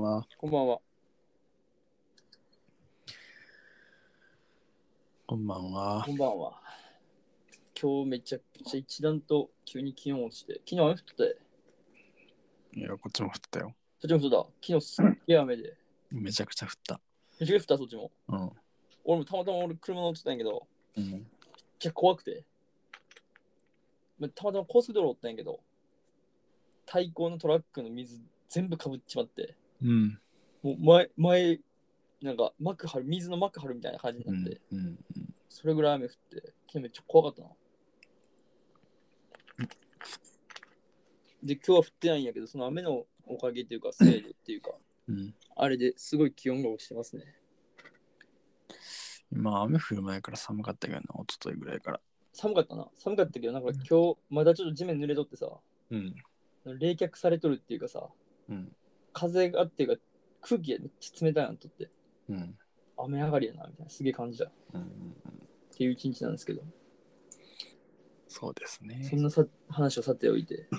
は。 こんばんは。 こんばんはこ。んばんは。今日めちゃくちゃ一段と急に気温落ちて、昨日雨降ってて、 いや、こっちも降ったよ。 そっちもそうだ。昨日すっげえ雨で、 めちゃくちゃ降った。 めちゃくちゃ降ったそっちも。 うん。 俺もたまたま車乗ってたんやけど、 うん。 めっちゃ怖くて。たまたま高速道路おったんやけど、対向のトラックの水全部かぶっちまって、 うん。 もう前なんか膜張る、水の膜張るみたいな感じになって、 うん。 それぐらい雨降って、昨日めっちゃ怖かったな。で、今日は降ってないんやけど、その雨のおかげっていうか、せいでっていうか、 うん。 あれですごい気温が落ちてますね。 今、雨降る前から寒かったけどな、一昨日ぐらいから。 寒かったな。寒かったけど、なんか今日、まだちょっと地面濡れとってさ、 うん。 冷却されとるっていうかさ、 うん。 風がっていうか、空気がめっちゃ冷たいなとって、 うん。 雨上がりやな、みたいな、すげえ感じた。っうん。 ていう一日なんですけど、 そうですね。 そんな話をさておいて、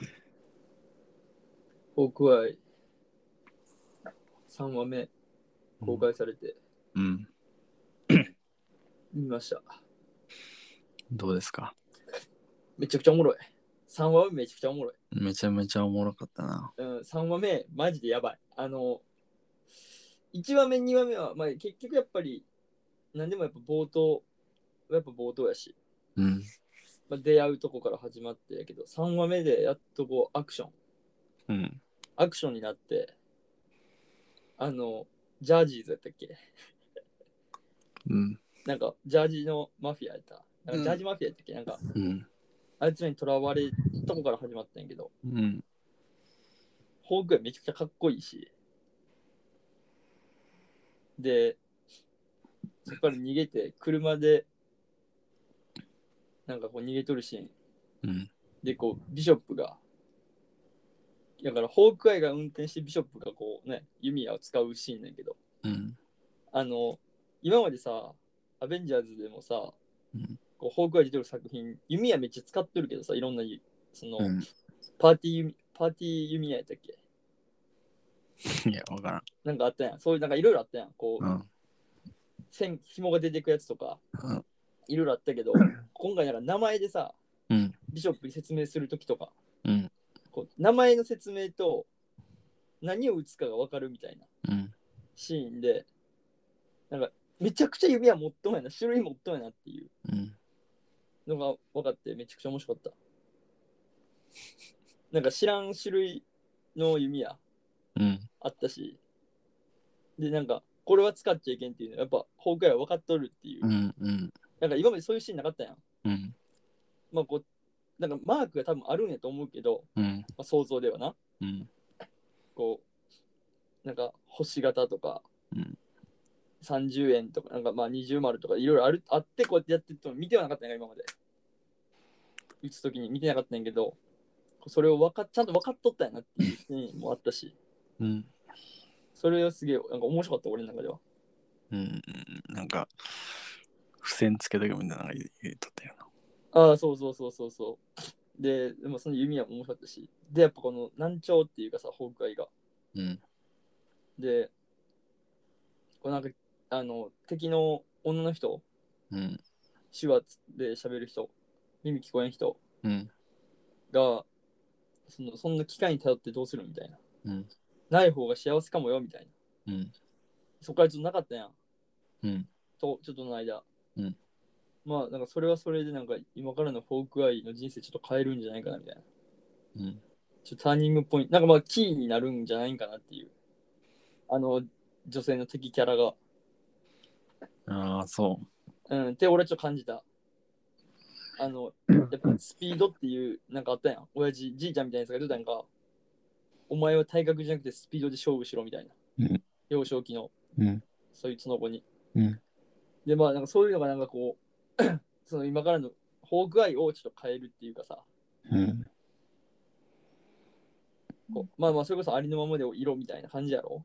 ホークアイ3話目公開されて、 うん。 見ました。 どうですか？ めちゃくちゃおもろい。3話目めちゃくちゃおもろい。 めちゃめちゃおもろかったな。 3話目、マジでやばい。1話目、2話目は、まあ、結局やっぱり、何でもやっぱ冒頭やし、 うん。 出会うとこから始まってやけど、3話目でやっとこうアクションになって、ジャージーズやったっけ？ うん。 なんか、ジャージのマフィアやった。なんかジャージマフィアやったっけ？なんか、 うん。 あいつらに囚われたとこから始まったんやけど、 うん。 ホークアイめちゃくちゃかっこいいし、で、そこから逃げて、車で、なんかこう逃げとるシーン。 うん。 で、こう、ビショップが、だから、ホークアイが運転してビショップがこうね、弓矢を使うシーンなんやけど、 うん。 今までさ、アベンジャーズでもさ、 うん。 こうホークアイ出てる作品、弓矢めっちゃ使ってるけどさ、いろんな、その、 うん。 パーティー弓矢やったっけ？ いや、わからん。 なんかあったやん。そういう、なんかいろいろあったやん。こう、 うん。 紐が出てくやつとか、 うん。 いろいろあったけど、今回なんか名前でさ、 うん。 ビショップに説明するときとか、 うん。 こう名前の説明と何を打つかが分かるみたいなうん。 シーンで、なんかめちゃくちゃ弓矢持っとんやな、種類持っとんやなっていううんのが分かってめちゃくちゃ面白かった。なんか知らん種類の弓矢うんあったし、で、なんかこれは使っちゃいけんっていうのはやっぱホークアイは分かっとるっていう。 うんうんなんか今までそういうシーンなかったやん。 うんまあこう、なんかマークが多分あるんやと思うけど、 うんまあ、想像ではな。 うんこう、なんか星型とかうん 30円とか、なんかまあ20丸とかいろいろあって、こうやってやってっても見てはなかったんや今まで。打つときに見てなかったんやけど、それをちゃんと分かっとったんやなっていうシーンもあったし、 うんそれはすげえ、なんか面白かった、俺の中では。 なんか付箋つけとけみたいなのが言うとったよな。 ああ、そうそうそうそうそう。でもその弓矢も面白かったし、で、やっぱこの難聴っていうかさ、ホークアイが。 うんで、こうなんか、敵の女の人、 うん手話で喋る人、耳聞こえん人うんが、そんな機械に頼ってどうするみたいな。 うんない方が幸せかもよみたいな。 うんそこからちょっとなかったやん。 うんちょっとの間。 うんまあ、なんかそれはそれで、なんか今からのフォークアイの人生ちょっと変えるんじゃないかなみたいな。 うんちょっとターニングポイント、なんかまあキーになるんじゃないかなっていう。女性の敵キャラが。 ああそって俺はちょっと感じた。やっぱスピードっていう、なんかあったやん。じいちゃんみたいなやつが出たやんか。お前は体格じゃなくてスピードで勝負しろみたいな。 うん幼少期の、 うんそいつの子に。 うんで、まあ、なんかそういうのがなんかこう、その今からのフォークアイをちょっと変えるっていうかさ、 うんこうまあまあ、それこそありのままで色みたいな感じやろ。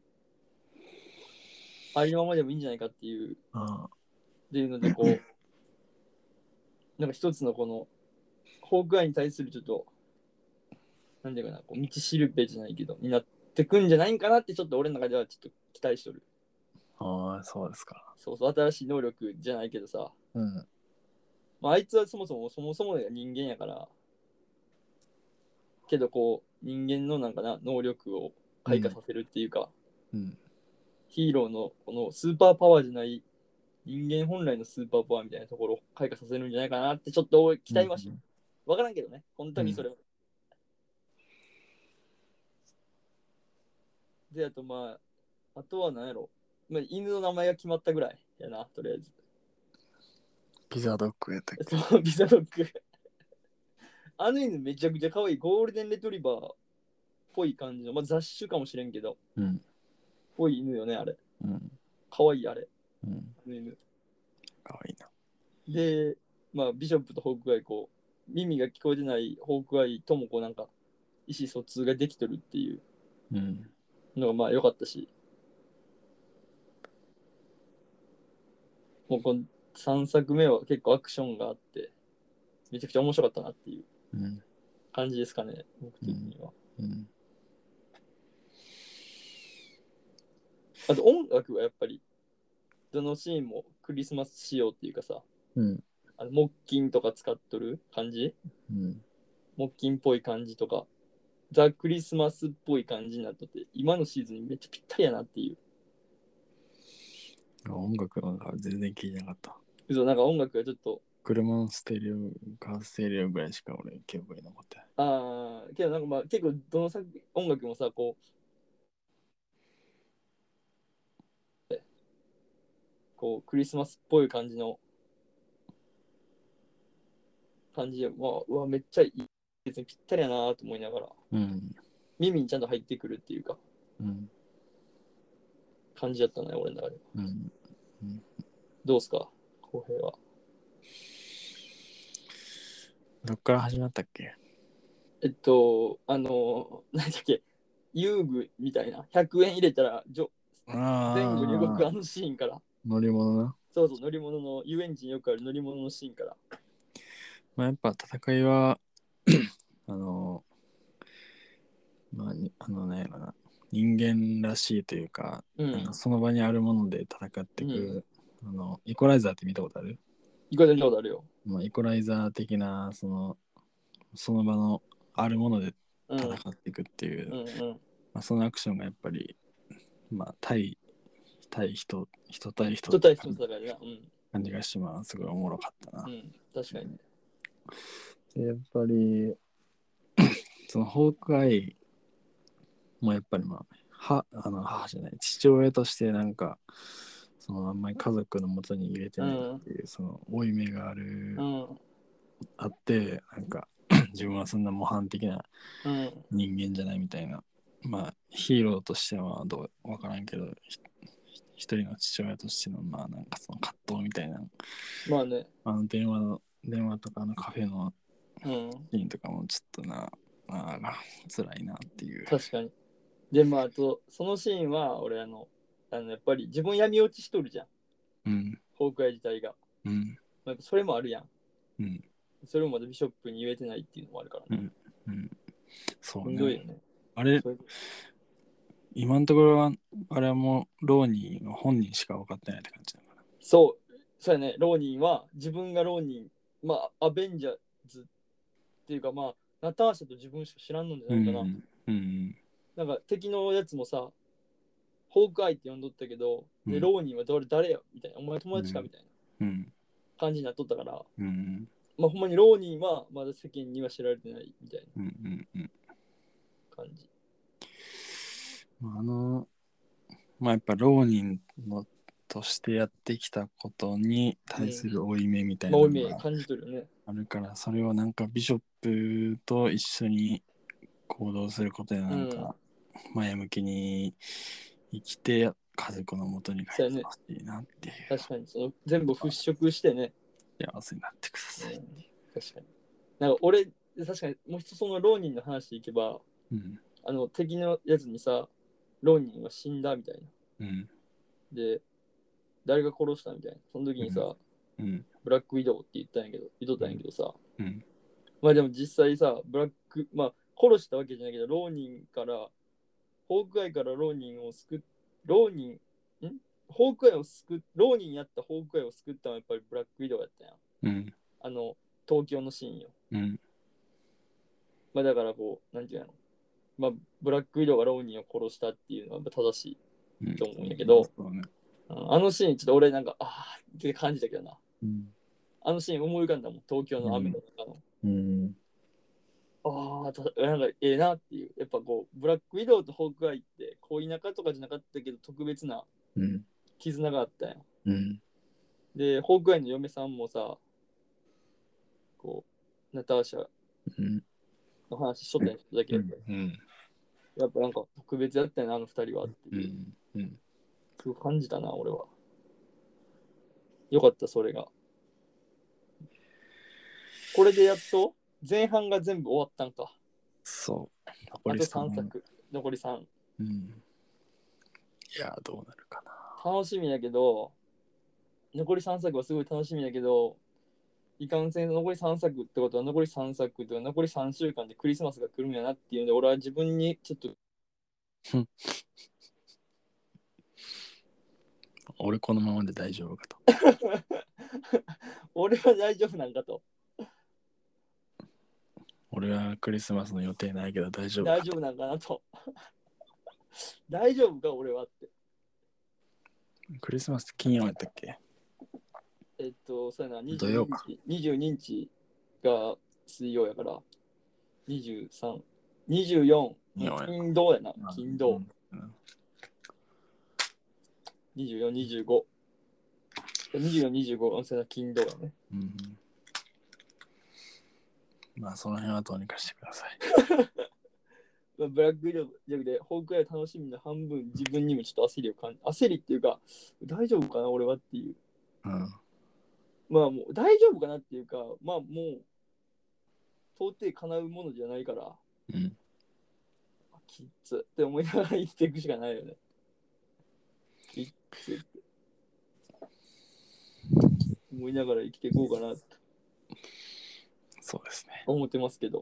ありのままでもいいんじゃないかっていう、 あっていうので、こう、なんか一つのこの、フォークアイに対するちょっと、なんていうかな、こう道しるべじゃないけど、になっってくんじゃないんかなってちょっと俺の中ではちょっと期待しとる。 ああ、そうですか。 そうそう、新しい能力じゃないけどさ、 うん。 まあ、あいつはそもそもが人間やから、けどこう、人間のなんかな、能力を開花させるっていうか、 うん。 ヒーローのこのスーパーパワーじゃない人間本来のスーパーパワーみたいなところを開花させるんじゃないかなってちょっと期待はし、わからんけどね、本当にそれは。で、あとまあ、あとは何やろ、まあ、犬の名前が決まったぐらいやな、とりあえず。 ピザドッグやったっけ。 そう、ピザドッグ。あの犬めちゃくちゃ可愛い。ゴールデンレトリバーっぽい感じの、まあ、雑種かもしれんけど、 うん。 ぽい犬よね、あれ。 うん。 可愛いあれ。 うん。 あの犬。 かわいいな。 で、まあ、ビショップとホークアイ、こう、耳が聞こえてないホークアイともこうなんか、意思疎通ができとるっていううん。 のがまあ良かったし、もうこの3作目は結構アクションがあって、めちゃくちゃ面白かったなっていううん。 感じですかね、僕的には。 うん。 あと音楽はやっぱり、どのシーンもクリスマス仕様っていうかさ、 うん。 木琴とか使っとる感じ、 うん。 木琴っぽい感じとか、ザ・クリスマスっぽい感じになっとって、今のシーズンにめっちゃぴったりやなっていう。 音楽なんか全然聞いてなかった。 嘘、なんか音楽がちょっと、 車のステレオ、カーステレオぐらいしか俺記憶に残ってない。 けどなんかまあ結構どの音楽もさ、こうクリスマスっぽい感じの感じで、まあ、うわ、めっちゃいい。別にぴったりやなと思いながら、 うん。 耳にちゃんと入ってくるっていうか、 うん。 感じだったね、俺の中で。 うん。うん。 どうすか、浩平は。 どっから始まったっけ。 何だっけ、遊具みたいな、100円入れたら前後に動くああ、 あのシーンから、 乗り物な。 そうそう、乗り物の、遊園地によくある乗り物のシーンから。 まあ、やっぱ戦いはあの、まあ、なんやろな、人間らしいというか、 うん。 なんかその場にあるもので戦っていく、 うん。 イコライザーって見たことある？ いくらで見たことあるよ。 まあ、イコライザー的な、その場のあるものでうん。 戦っていくっていう、 うんうん。 まあ、そのアクションがやっぱり、まあ、対人対人人対人の戦いだな。うん。 感じがして、まあ、すごいおもろかったな。 うん。確かにね。 でやっぱり、そのホークアイもやっぱりまあ、母じゃない、父親としてなんか、あんまり家族のもとに入れてないっていう、その負い目がうん。 あって、なんか、自分はそんな模範的なうん。 人間じゃないみたいな、まあ、ヒーローとしてはどうわからんけど、一人の父親としての、まあ、なんかその葛藤みたいな、 まあね。 電話とかカフェのうん。 シーンとかもちょっと辛いなっていう。 確かに。で、まあ、あと、そのシーンは、俺、やっぱり自分闇落ちしとるじゃん。 うん。 ホークアイ自体が。 うん。 なんかそれもあるやん。 うん。 それもまだビショップに言えてないっていうのもあるからね。 うん。うん。そしうね。 んどいよね。 あれ、 それ今のところは、あれはもう、ローニーの本人しか分かってないって感じだから。 そうやね。ローニンは、自分がローニン、まあ、アベンジャーズっていうか、まあ、ナターシャと自分しか知らんのじゃないかな。 うん。 なんか敵のやつもさ、ホークアイって呼んどったけど、で、 うん。 ローニンは誰やみたいな、お前友達かうん。 みたいなうん。 感じになっとったから、 うん。 まあ、ほんまにローニンはまだ世間には知られてないみたいうん。うん。 な感じ。 まあやっぱ浪人のとしてやってきたことに対する負い目みたいまあ、 なおいめのが感じとるよね。 あるから、それをなんかビショップと一緒に行動することでなんか前向きに生きて家族のもとに帰ってほしいなっていう、 確かに、その全部払拭してね。 幸せになってください。 確かに。なんか俺、確かにもう一つその浪人の話でいけば、 うん。 敵のやつにさ、浪人は死んだみたいな。 うん。 で、誰が殺したみたいな。その時にさ、 うん。 ブラックウィドウって言ったんやけどさ、 うん。 まあでも実際さ、まあ殺したわけじゃないけど、浪人からホークアイからローニンを救っ、ローニン、ホークアイを救っ、ローニンやったホークアイを救ったのはやっぱりブラックウィドウやったやん。 うん。 東京のシーンよ。 うん。 まあだからこう、なんていうの。まあ、ブラックウィドウがローニンを殺したっていうのはやっぱ正しいと思うんやけど、 そうね。 あのシーンちょっと俺なんか、あーって感じたけどな。 うん。 あのシーン思い浮かんだもん、東京の雨の中の。 うん。 なんかええなっていう。やっぱこう、ブラックウィドウとホークアイって恋仲とかじゃなかったけど特別なうん。 絆があったやん。 うん。 で、ホークアイの嫁さんもさ、こう、ナターシャうん。 の話しとったんやだけ、 うん。 やっぱなんか特別やったよな、あの二人はっていう。 うん。 すごい感じたな、俺は。よかった、それが。これでやっと前半が全部終わったんか。 そう。 あと3作。残り3。 うん。いや、どうなるかな。 楽しみやけど、残り3作はすごい楽しみやけど、いかんせん残り3作ってことは残り3作とか残り3週間でクリスマスが来るんやなっていうので、俺は自分にちょっと俺このままで大丈夫かと。 俺は大丈夫なんかと。 俺はクリスマスの予定ないけど大丈夫かと。 大丈夫なんかなと。大丈夫か俺はって。 クリスマスって金曜やったっけ？ そうやな、 土曜か 22日が水曜やから、23、24、金土やな、金土。24、25。24、25、それは金土やね。 まあその辺はどうにかしてください。 ブラックウィドウじゃなくて、ホークアイ楽しみの半分、自分にもちょっと焦りを感じ、焦りっていうか、大丈夫かな、俺はっていう。まあもう、大丈夫かなっていうか、まあもう、到底叶うものじゃないから、きっつって思いながら生きていくしかないよね。きっつって思いながら生きていこうかなってそうですね。 思ってますけど。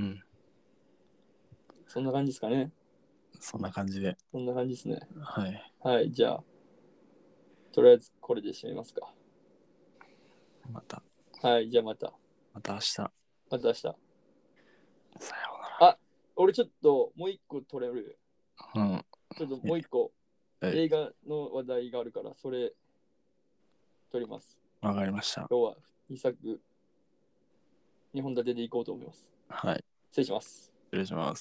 そんな感じですかね。 そんな感じで。 そんな感じですね。 はい。 はい、じゃあ、とりあえずこれで締めますか。 また。 はい、じゃあまた。 また明日。 また明日。さようなら。 俺ちょっともう一個取れる。 うん。 ちょっともう一個映画の話題があるから、それ取ります。 わかりました。 今日は2作、2本立てでいこうと思います。 はい。 失礼します。 失礼します。